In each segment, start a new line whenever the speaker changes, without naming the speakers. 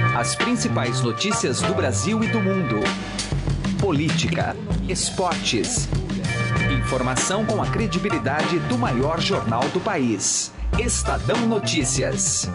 As principais notícias do Brasil e do mundo. Política, esportes. Informação com a credibilidade do maior jornal do país. Estadão Notícias.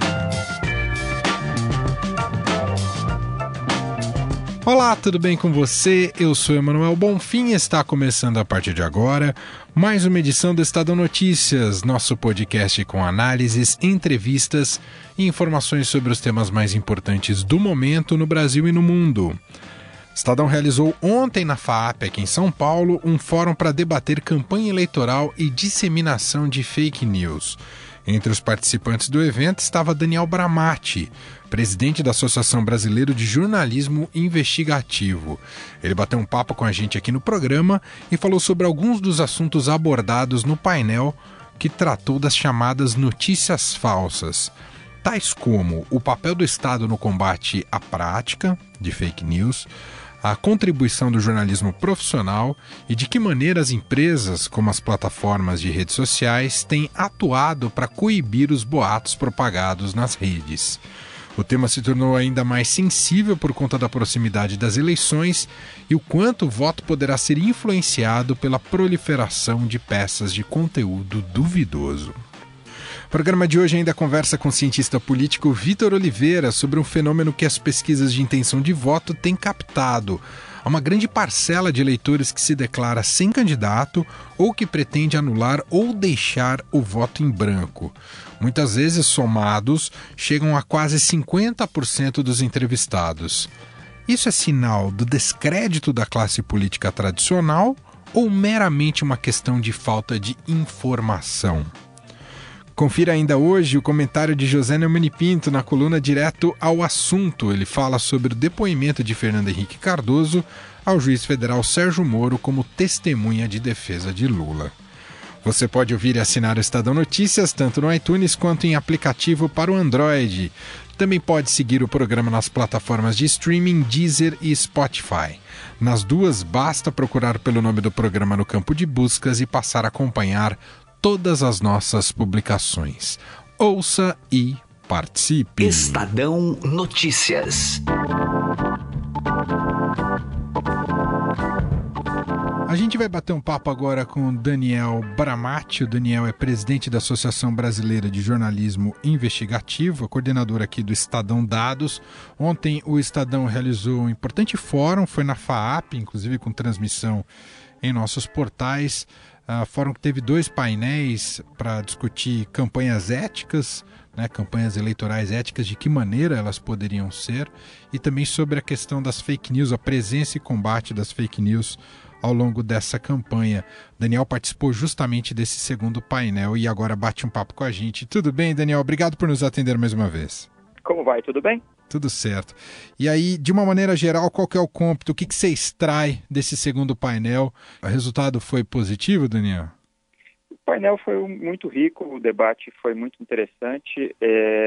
Olá, tudo bem com você? Eu sou Emanuel Bonfim e está começando a partir de agora mais uma edição do Estadão Notícias, nosso podcast com análises, entrevistas e informações sobre os temas mais importantes do momento no Brasil e no mundo. O Estadão realizou ontem na FAAP, aqui em São Paulo, um fórum para debater campanha eleitoral e disseminação de fake news. Entre os participantes do evento estava Daniel Bramati, presidente da Associação Brasileira de Jornalismo Investigativo. Ele bateu um papo com a gente aqui no programa e falou sobre alguns dos assuntos abordados no painel que tratou das chamadas notícias falsas, tais como o papel do Estado no combate à prática de fake news, a contribuição do jornalismo profissional e de que maneira as empresas, como as plataformas de redes sociais, têm atuado para coibir os boatos propagados nas redes. O tema se tornou ainda mais sensível por conta da proximidade das eleições e o quanto o voto poderá ser influenciado pela proliferação de peças de conteúdo duvidoso. O programa de hoje ainda conversa com o cientista político Vitor Oliveira sobre um fenômeno que as pesquisas de intenção de voto têm captado. Há uma grande parcela de eleitores que se declara sem candidato ou que pretende anular ou deixar o voto em branco. Muitas vezes, somados, chegam a quase 50% dos entrevistados. Isso é sinal do descrédito da classe política tradicional ou meramente uma questão de falta de informação? Confira ainda hoje o comentário de José Neumann e Pinto na coluna Direto ao Assunto. Ele fala sobre o depoimento de Fernando Henrique Cardoso ao juiz federal Sérgio Moro como testemunha de defesa de Lula. Você pode ouvir e assinar o Estadão Notícias tanto no iTunes quanto em aplicativo para o Android. Também pode seguir o programa nas plataformas de streaming Deezer e Spotify. Nas duas, basta procurar pelo nome do programa no campo de buscas e passar a acompanhar todas as nossas publicações. Ouça e participe.
Estadão Notícias.
A gente vai bater um papo agora com o Daniel Bramati. O Daniel é presidente da Associação Brasileira de Jornalismo Investigativo, coordenador aqui do Estadão Dados. Ontem o Estadão realizou um importante fórum, foi na FAAP, inclusive com transmissão em nossos portais. Fórum que teve 2 painéis para discutir campanhas éticas, campanhas eleitorais éticas, de que maneira elas poderiam ser, e também sobre a questão das fake news, a presença e combate das fake news ao longo dessa campanha. Daniel participou justamente desse segundo painel e agora bate um papo com a gente. Tudo bem, Daniel? Obrigado por nos atender mais uma vez.
Como vai? Tudo bem?
Tudo certo. E aí, de uma maneira geral, qual que é o cômputo? O que você extrai desse segundo painel? O resultado foi positivo, Daniel?
O painel foi muito rico, o debate foi muito interessante.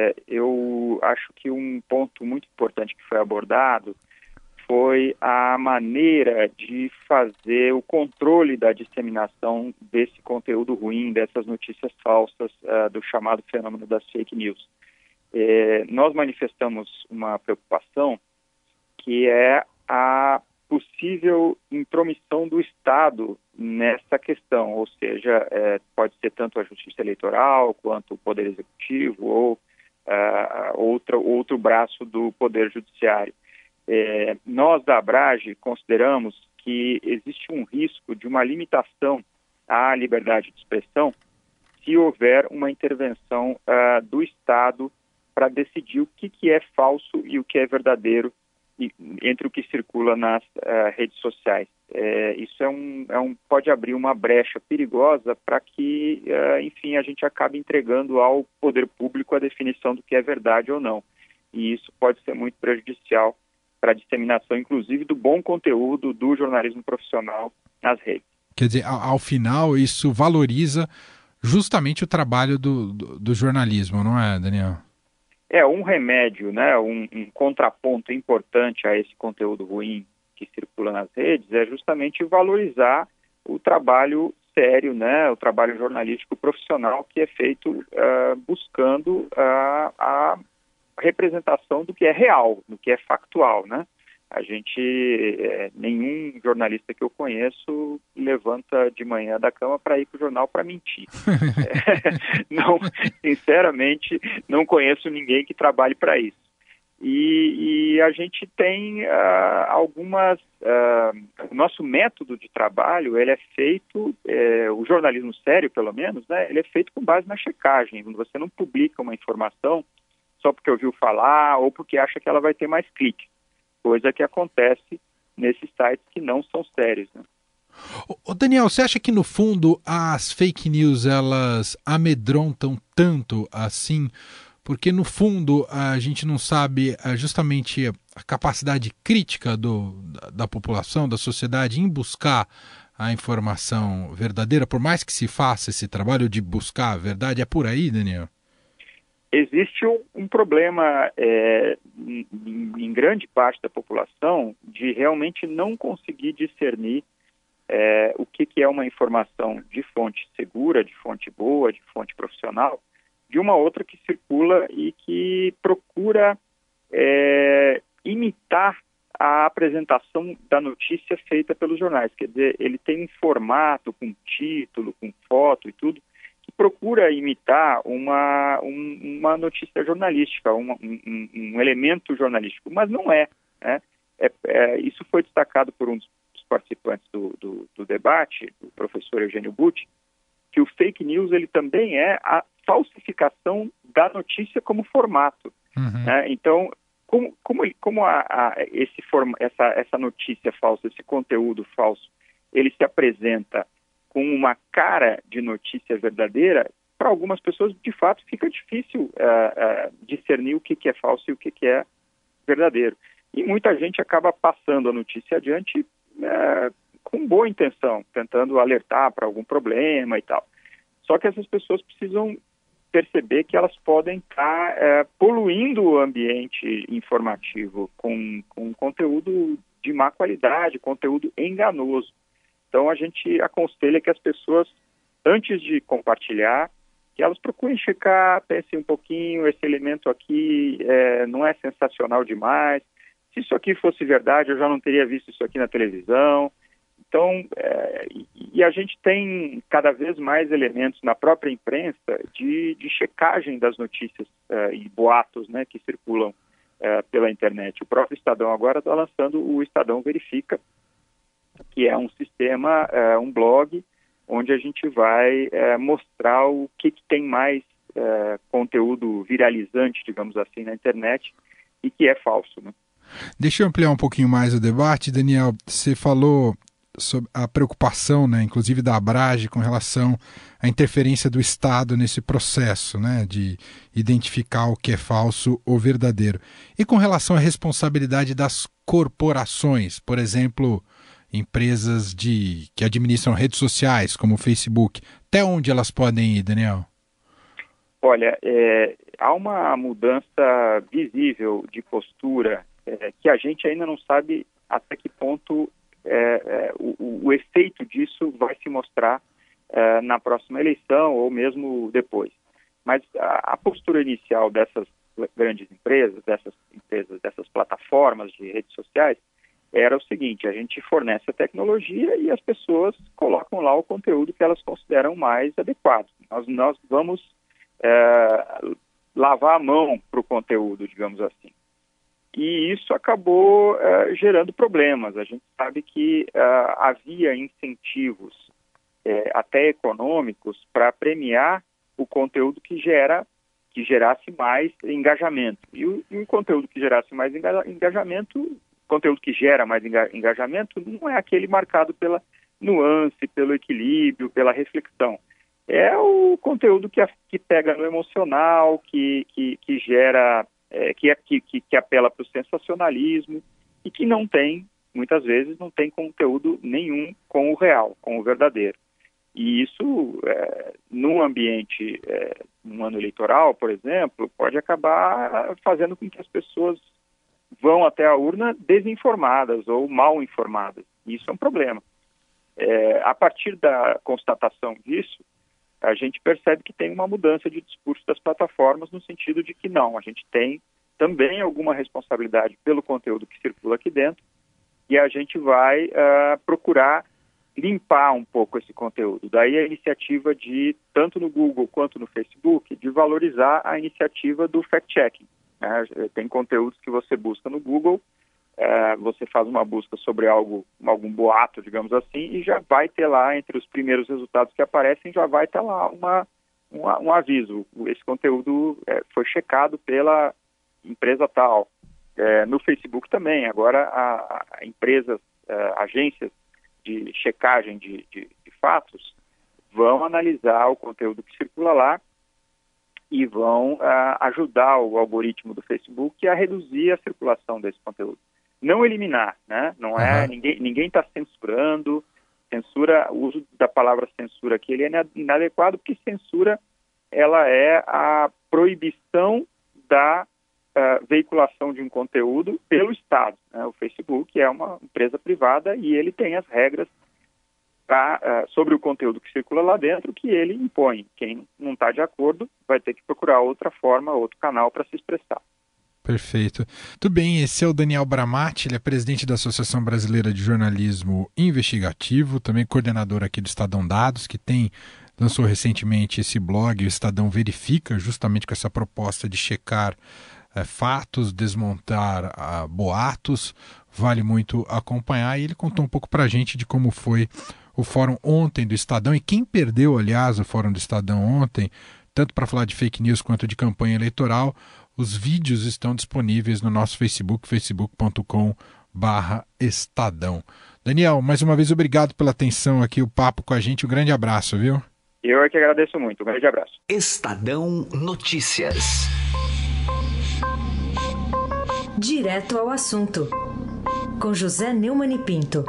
Eu acho que um ponto muito importante que foi abordado foi a maneira de fazer o controle da disseminação desse conteúdo ruim, dessas notícias falsas, do chamado fenômeno das fake news. Nós manifestamos uma preocupação que é a possível intromissão do Estado nessa questão, ou seja, pode ser tanto a Justiça Eleitoral quanto o Poder Executivo ou outro braço do Poder Judiciário. Nós da Abrage consideramos que existe um risco de uma limitação à liberdade de expressão se houver uma intervenção do Estado para decidir o que é falso e o que é verdadeiro entre o que circula nas redes sociais. Isso pode abrir uma brecha perigosa para que, enfim, a gente acabe entregando ao poder público a definição do que é verdade ou não. E isso pode ser muito prejudicial para a disseminação, inclusive, do bom conteúdo do jornalismo profissional nas redes.
Quer dizer, ao final, isso valoriza justamente o trabalho do jornalismo, não é, Daniel?
Um remédio, um contraponto importante a esse conteúdo ruim que circula nas redes é justamente valorizar o trabalho sério, o trabalho jornalístico profissional que é feito buscando a representação do que é real, do que é factual, né? A gente, nenhum jornalista que eu conheço levanta de manhã da cama para ir para o jornal para mentir. Não, sinceramente, não conheço ninguém que trabalhe para isso. E a gente tem algumas... o nosso método de trabalho, ele é feito, o jornalismo sério, pelo menos, né, ele é feito com base na checagem. Você não publica uma informação só porque ouviu falar ou porque acha que ela vai ter mais cliques. Coisa que acontece nesses sites que não são sérios, né?
Ô Daniel, você acha que no fundo as fake news elas amedrontam tanto assim? Porque no fundo a gente não sabe justamente a capacidade crítica da população, da sociedade em buscar a informação verdadeira, por mais que se faça esse trabalho de buscar a verdade. É por aí, Daniel?
Existe um problema em grande parte da população de realmente não conseguir discernir o que é uma informação de fonte segura, de fonte boa, de fonte profissional, de uma outra que circula e que procura imitar a apresentação da notícia feita pelos jornais. Quer dizer, ele tem um formato com título, com foto e tudo, que procura imitar uma notícia jornalística, um elemento jornalístico, mas não é, né? Isso foi destacado por um dos participantes do debate, o professor Eugênio Butti, que o fake news ele também é a falsificação da notícia como formato.
Uhum.
Né? Então, essa notícia falsa, esse conteúdo falso, ele se apresenta com uma cara de notícia verdadeira, para algumas pessoas, de fato, fica difícil discernir o que é falso e o que é verdadeiro. E muita gente acaba passando a notícia adiante com boa intenção, tentando alertar para algum problema e tal. Só que essas pessoas precisam perceber que elas podem estar poluindo o ambiente informativo com conteúdo de má qualidade, conteúdo enganoso. Então, a gente aconselha que as pessoas, antes de compartilhar, que elas procurem checar, pensem um pouquinho, esse elemento aqui não é sensacional demais. Se isso aqui fosse verdade, eu já não teria visto isso aqui na televisão. Então, e a gente tem cada vez mais elementos na própria imprensa de checagem das notícias e boatos, né, que circulam pela internet. O próprio Estadão agora está lançando o Estadão Verifica, que é um sistema, um blog, onde a gente vai mostrar o que tem mais conteúdo viralizante, digamos assim, na internet e que é falso, né?
Deixa eu ampliar um pouquinho mais o debate, Daniel. Você falou sobre a preocupação, né, inclusive da Abrage, com relação à interferência do Estado nesse processo, né, de identificar o que é falso ou verdadeiro. E com relação à responsabilidade das corporações, por exemplo, empresas que administram redes sociais, como o Facebook, até onde elas podem ir, Daniel?
Olha, há uma mudança visível de postura que a gente ainda não sabe até que ponto o efeito disso vai se mostrar na próxima eleição ou mesmo depois. Mas a postura inicial dessas grandes empresas, dessas plataformas de redes sociais, era o seguinte: a gente fornece a tecnologia e as pessoas colocam lá o conteúdo que elas consideram mais adequado. Nós vamos lavar a mão para o conteúdo, digamos assim. E isso acabou gerando problemas. A gente sabe que havia incentivos, até econômicos, para premiar o conteúdo que gerasse mais engajamento. E o conteúdo que gerasse mais engajamento, o conteúdo que gera mais engajamento, não é aquele marcado pela nuance, pelo equilíbrio, pela reflexão. É o conteúdo que pega no emocional, que gera... que apela para o sensacionalismo e que não tem, muitas vezes, não tem conteúdo nenhum com o real, com o verdadeiro. E isso, num ambiente, num ano eleitoral, por exemplo, pode acabar fazendo com que as pessoas vão até a urna desinformadas ou mal informadas. E isso é um problema. A partir da constatação disso, a gente percebe que tem uma mudança de discurso das plataformas no sentido de que não, a gente tem também alguma responsabilidade pelo conteúdo que circula aqui dentro, e a gente vai procurar limpar um pouco esse conteúdo. Daí a iniciativa de, tanto no Google quanto no Facebook, de valorizar a iniciativa do fact-checking. Tem conteúdos que você busca no Google, você faz uma busca sobre algum boato, digamos assim, e já vai ter lá, entre os primeiros resultados que aparecem, já vai ter lá um aviso. Esse conteúdo foi checado pela empresa tal. No Facebook também, agora a empresas, agências de checagem de fatos vão analisar o conteúdo que circula lá e vão ajudar o algoritmo do Facebook a reduzir a circulação desse conteúdo. Não eliminar, né? Não é, ninguém está censurando. Censura, o uso da palavra censura aqui, ele é inadequado, porque censura, ela é a proibição da veiculação de um conteúdo pelo Estado, né? O Facebook é uma empresa privada e ele tem as regras sobre o conteúdo que circula lá dentro que ele impõe. Quem não está de acordo vai ter que procurar outra forma, outro canal para se expressar.
Perfeito. Tudo bem, esse é o Daniel Bramati, ele é presidente da Associação Brasileira de Jornalismo Investigativo, também coordenador aqui do Estadão Dados, que lançou recentemente esse blog, o Estadão Verifica, justamente com essa proposta de checar fatos, desmontar boatos. Vale muito acompanhar, e ele contou um pouco para a gente de como foi o fórum ontem do Estadão, e quem perdeu, aliás, o fórum do Estadão ontem, tanto para falar de fake news quanto de campanha eleitoral, os vídeos estão disponíveis no nosso Facebook, facebook.com/Estadão. Daniel, mais uma vez, obrigado pela atenção aqui, o papo com a gente, um grande abraço, viu?
Eu é que agradeço muito, um grande abraço.
Estadão Notícias.
Direto ao assunto, com José Neumann e Pinto.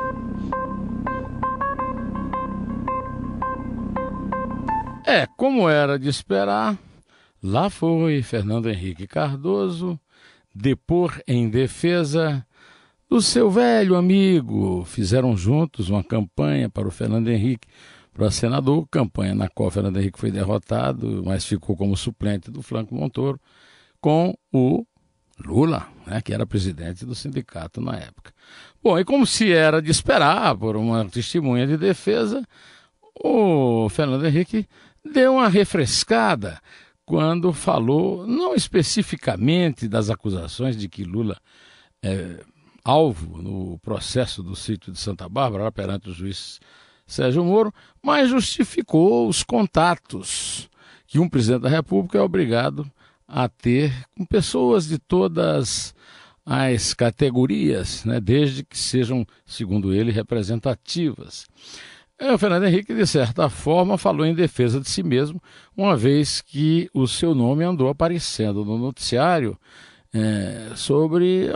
Como era de esperar, lá foi Fernando Henrique Cardoso depor em defesa do seu velho amigo. Fizeram juntos uma campanha para o Fernando Henrique para senador, campanha na qual o Fernando Henrique foi derrotado, mas ficou como suplente do Franco Montoro, com o Lula, né, que era presidente do sindicato na época. Bom, e como se era de esperar, por uma testemunha de defesa, o Fernando Henrique deu uma refrescada quando falou, não especificamente das acusações de que Lula é alvo no processo do sítio de Santa Bárbara, lá perante o juiz Sérgio Moro, mas justificou os contatos que um presidente da República é obrigado a ter com pessoas de todas as categorias, né, desde que sejam, segundo ele, representativas. O Fernando Henrique, de certa forma, falou em defesa de si mesmo, uma vez que o seu nome andou aparecendo no noticiário sobre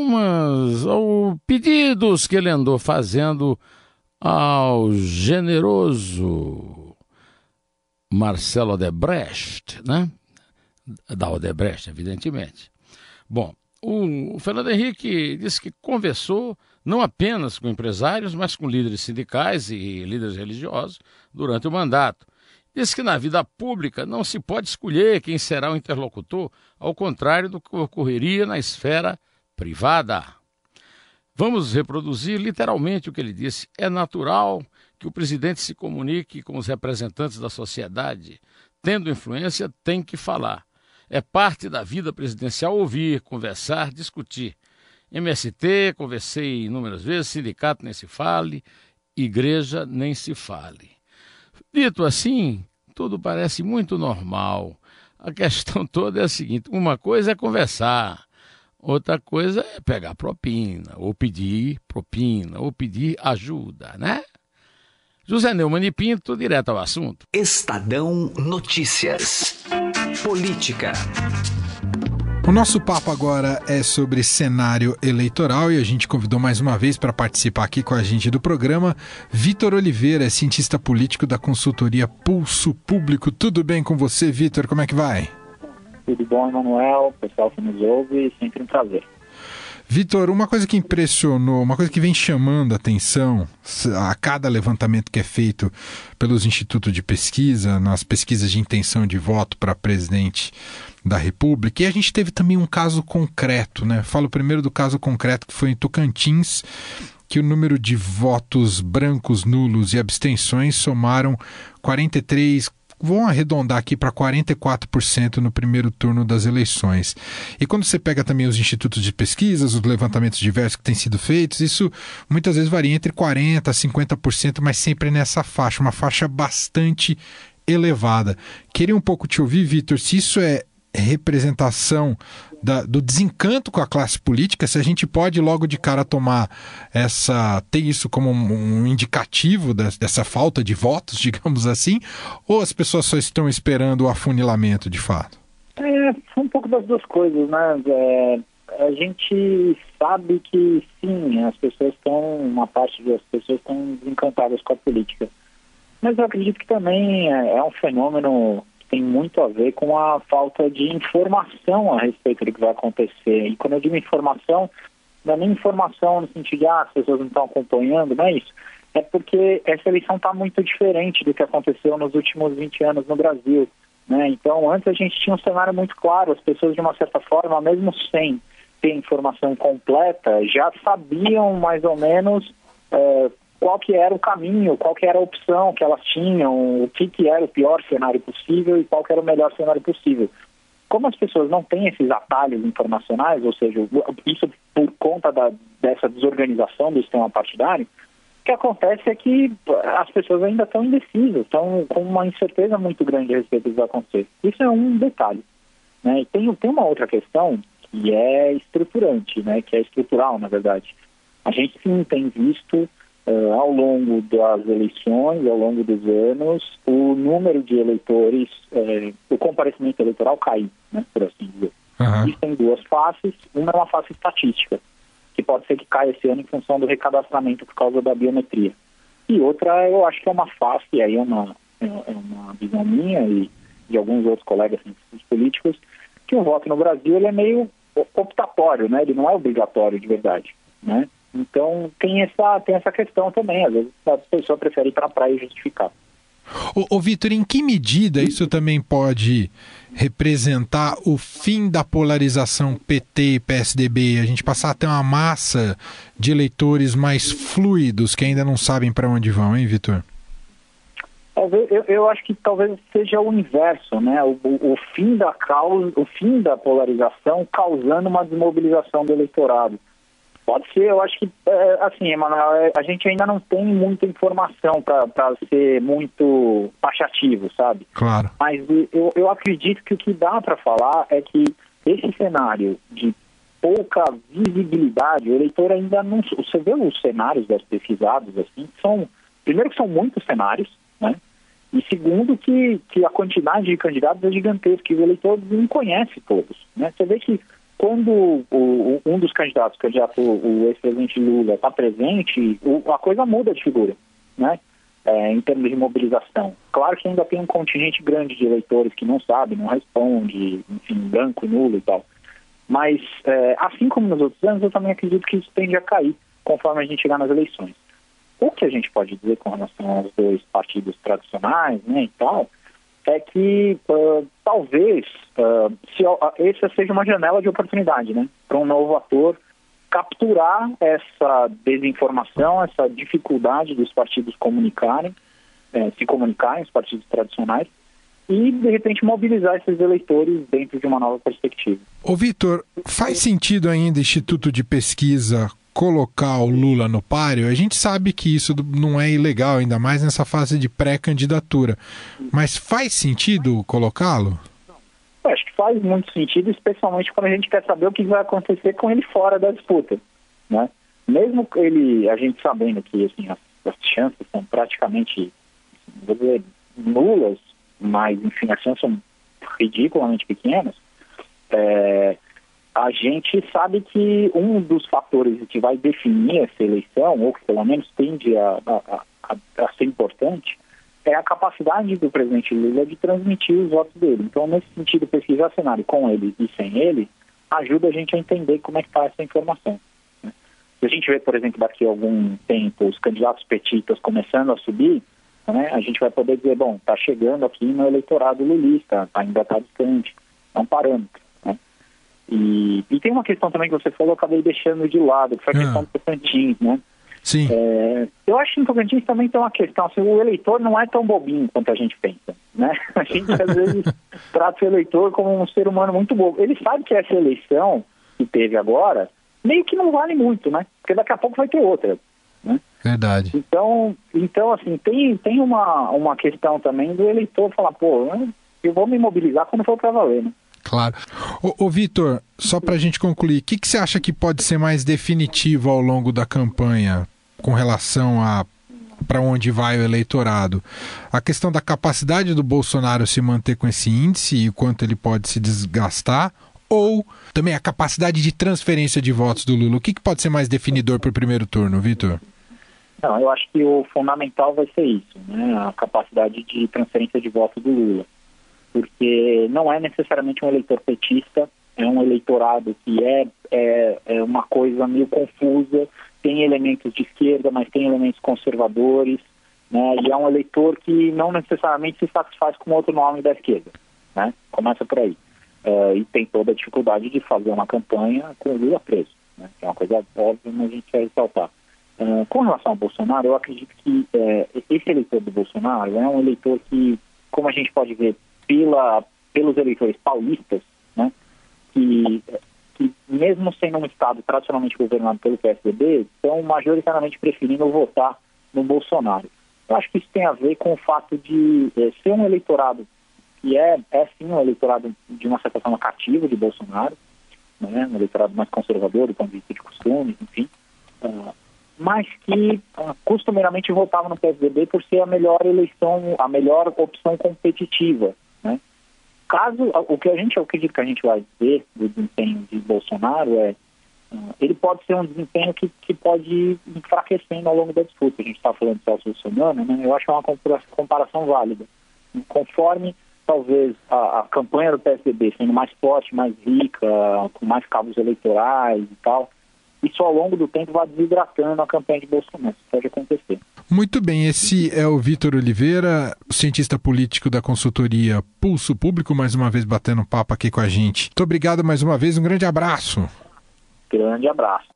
pedidos que ele andou fazendo ao generoso Marcelo Odebrecht, né? Da Odebrecht, evidentemente. Bom, o Fernando Henrique disse que conversou não apenas com empresários, mas com líderes sindicais e líderes religiosos durante o mandato. Disse que na vida pública não se pode escolher quem será o interlocutor, ao contrário do que ocorreria na esfera privada. Vamos reproduzir literalmente o que ele disse. É natural que o presidente se comunique com os representantes da sociedade. Tendo influência, tem que falar. É parte da vida presidencial ouvir, conversar, discutir. MST, conversei inúmeras vezes, sindicato nem se fale, igreja nem se fale. Dito assim, tudo parece muito normal. A questão toda é a seguinte: uma coisa é conversar, outra coisa é pegar propina, ou pedir ajuda, né? José Neumann e Pinto, direto ao assunto.
Estadão Notícias. Política.
O nosso papo agora é sobre cenário eleitoral e a gente convidou mais uma vez para participar aqui com a gente do programa Vitor Oliveira, cientista político da consultoria Pulso Público. Tudo bem com você, Vitor? Como é que vai?
Tudo bom, Emanuel, pessoal que nos ouve, sempre um prazer.
Vitor, uma coisa que impressionou, uma coisa que vem chamando a atenção a cada levantamento que é feito pelos institutos de pesquisa, nas pesquisas de intenção de voto para presidente da República. E a gente teve também um caso concreto, né? Falo primeiro do caso concreto que foi em Tocantins, que o número de votos brancos, nulos e abstenções somaram 43%, vão arredondar aqui para 44% no primeiro turno das eleições. E quando você pega também os institutos de pesquisas, os levantamentos diversos que têm sido feitos, isso muitas vezes varia entre 40% a 50%, mas sempre nessa faixa, uma faixa bastante elevada. Queria um pouco te ouvir, Vitor, se isso é representação do desencanto com a classe política, se a gente pode logo de cara ter isso como um indicativo dessa falta de votos, digamos assim, ou as pessoas só estão esperando o afunilamento de fato?
Um pouco das duas coisas, né? A gente sabe que sim, uma parte das pessoas estão desencantadas com a política, mas eu acredito que também é um fenômeno tem muito a ver com a falta de informação a respeito do que vai acontecer. E quando eu digo informação, não é nem informação no sentido de as pessoas não estão acompanhando, não é isso. É porque essa eleição está muito diferente do que aconteceu nos últimos 20 anos no Brasil, né? Então, antes a gente tinha um cenário muito claro, as pessoas de uma certa forma, mesmo sem ter informação completa, já sabiam mais ou menos qual que era o caminho, qual que era a opção que elas tinham, o que era o pior cenário possível e qual que era o melhor cenário possível. Como as pessoas não têm esses atalhos informacionais, ou seja, isso por conta dessa desorganização do sistema partidário, o que acontece é que as pessoas ainda estão indecisas, estão com uma incerteza muito grande a respeito do que vai acontecer. Isso é um detalhe, né? E tem uma outra questão que é estruturante, né? Que é estrutural, na verdade. A gente sim tem visto ao longo das eleições, ao longo dos anos, o número de eleitores, o comparecimento eleitoral cai, né, por assim dizer.
Uhum.
Isso tem duas faces. Uma é uma face estatística, que pode ser que caia esse ano em função do recadastramento por causa da biometria. E outra, eu acho que é uma face, e aí é uma visão minha e de alguns outros colegas políticos, que o voto no Brasil ele é meio optatório, né? Ele não é obrigatório de verdade, né? Então tem essa questão também, às vezes a pessoa prefere ir para a praia e justificar.
Ô Vitor, em que medida isso também pode representar o fim da polarização PT e PSDB? A gente passar a ter uma massa de eleitores mais fluidos que ainda não sabem para onde vão, hein, Vitor?
Eu acho que talvez seja o inverso, né? O fim da polarização causando uma desmobilização do eleitorado. Pode ser, eu acho que, assim, Emanuel, a gente ainda não tem muita informação para ser muito taxativo, sabe?
Claro.
Mas eu acredito que o que dá para falar é que esse cenário de pouca visibilidade, o eleitor ainda não... Você vê os cenários das pesquisados, assim, primeiro que são muitos cenários, né? E segundo que a quantidade de candidatos é gigantesca, e o eleitor não conhece todos, né? Você vê que quando um dos candidatos, o ex-presidente Lula, está presente, a coisa muda de figura, né? Em termos de mobilização. Claro que ainda tem um contingente grande de eleitores que não sabe, não responde, enfim, branco, nulo e tal. Mas, assim como nos outros anos, eu também acredito que isso tende a cair conforme a gente chegar nas eleições. O que a gente pode dizer com relação aos dois partidos tradicionais, né, e tal, é que talvez essa seja uma janela de oportunidade, né, para um novo ator capturar essa desinformação, essa dificuldade dos partidos se comunicarem, os partidos tradicionais, e, de repente, mobilizar esses eleitores dentro de uma nova perspectiva.
Ô, Vitor, faz sentido ainda, Instituto de Pesquisa, colocar o Lula no páreo? A gente sabe que isso não é ilegal, ainda mais nessa fase de pré-candidatura. Mas faz sentido colocá-lo?
Eu acho que faz muito sentido, especialmente quando a gente quer saber o que vai acontecer com ele fora da disputa, né? Mesmo a gente sabendo que assim, as chances são praticamente, vou dizer, nulas, mas, enfim, as chances são ridiculamente pequenas, a gente sabe que um dos fatores que vai definir essa eleição, ou que pelo menos tende a ser importante, é a capacidade do presidente Lula de transmitir os votos dele. Então, nesse sentido, pesquisar cenário com ele e sem ele ajuda a gente a entender como é que está essa informação, né? Se a gente vê, por exemplo, daqui a algum tempo os candidatos petistas começando a subir, né, a gente vai poder dizer, bom, está chegando aqui no eleitorado lulista, ainda está distante. é um parâmetro, né? E tem uma questão também que você falou, eu acabei deixando de lado, que foi a questão do Tocantins, né?
Sim.
Eu acho que no Tocantins também tem uma questão, assim, o eleitor não é tão bobinho quanto a gente pensa, né? A gente às vezes trata o eleitor como um ser humano muito bobo. Ele sabe que essa eleição que teve agora, meio que não vale muito, né? Porque daqui a pouco vai ter outra, né?
Verdade.
Então assim, tem uma questão também do eleitor falar, pô, eu vou me mobilizar quando for para valer, né?
Claro. Ô Vitor, só para a gente concluir, o que você acha que pode ser mais definitivo ao longo da campanha com relação a para onde vai o eleitorado? A questão da capacidade do Bolsonaro se manter com esse índice e o quanto ele pode se desgastar, ou também a capacidade de transferência de votos do Lula? O que pode ser mais definidor para o primeiro turno, Vitor?
Não, eu acho que o fundamental vai ser isso, né? A capacidade de transferência de votos do Lula. Porque não é necessariamente um eleitor petista, é um eleitorado que é uma coisa meio confusa, tem elementos de esquerda, mas tem elementos conservadores, né? E é um eleitor que não necessariamente se satisfaz com outro nome da esquerda, né? Começa por aí. E tem toda a dificuldade de fazer uma campanha com o Lula preso, né? Que é uma coisa óbvia, mas a gente quer ressaltar. Com relação ao Bolsonaro, eu acredito que esse eleitor do Bolsonaro é um eleitor que, como a gente pode ver pelos eleitores paulistas, né, que mesmo sendo um estado tradicionalmente governado pelo PSDB, estão majoritariamente preferindo votar no Bolsonaro. Eu acho que isso tem a ver com o fato de ser um eleitorado que é sim um eleitorado de uma certa forma cativo de Bolsonaro, né, um eleitorado mais conservador do ponto de vista de costumes, enfim, mas que costumeiramente votava no PSDB por ser a melhor eleição, a melhor opção competitiva, né? O que eu acredito que a gente vai ver do desempenho de Bolsonaro ele pode ser um desempenho que pode ir enfraquecendo ao longo da disputa. A gente está falando de Celso Russomano, né? Eu acho que é uma comparação válida. Conforme talvez a campanha do PSDB sendo mais forte, mais rica, com mais cabos eleitorais e tal, isso ao longo do tempo vai desidratando a campanha de Bolsonaro. Isso pode acontecer.
Muito bem, esse é o Vitor Oliveira, cientista político da consultoria Pulso Público, mais uma vez batendo papo aqui com a gente. Muito obrigado mais uma vez, um grande abraço.
Grande abraço.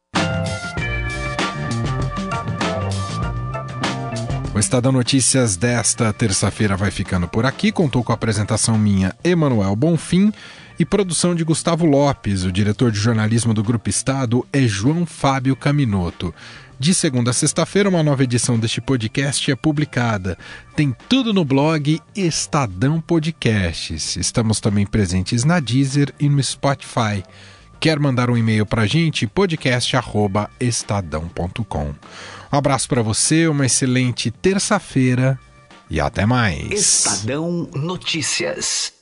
O Estadão Notícias desta terça-feira vai ficando por aqui. Contou com a apresentação minha, Emanuel Bonfim, e produção de Gustavo Lopes. O diretor de jornalismo do Grupo Estado é João Fábio Caminoto. De segunda a sexta-feira, uma nova edição deste podcast é publicada. Tem tudo no blog Estadão Podcasts. Estamos também presentes na Deezer e no Spotify. Quer mandar um e-mail para a gente? podcast@estadão.com. Um abraço para você, uma excelente terça-feira e até mais.
Estadão Notícias.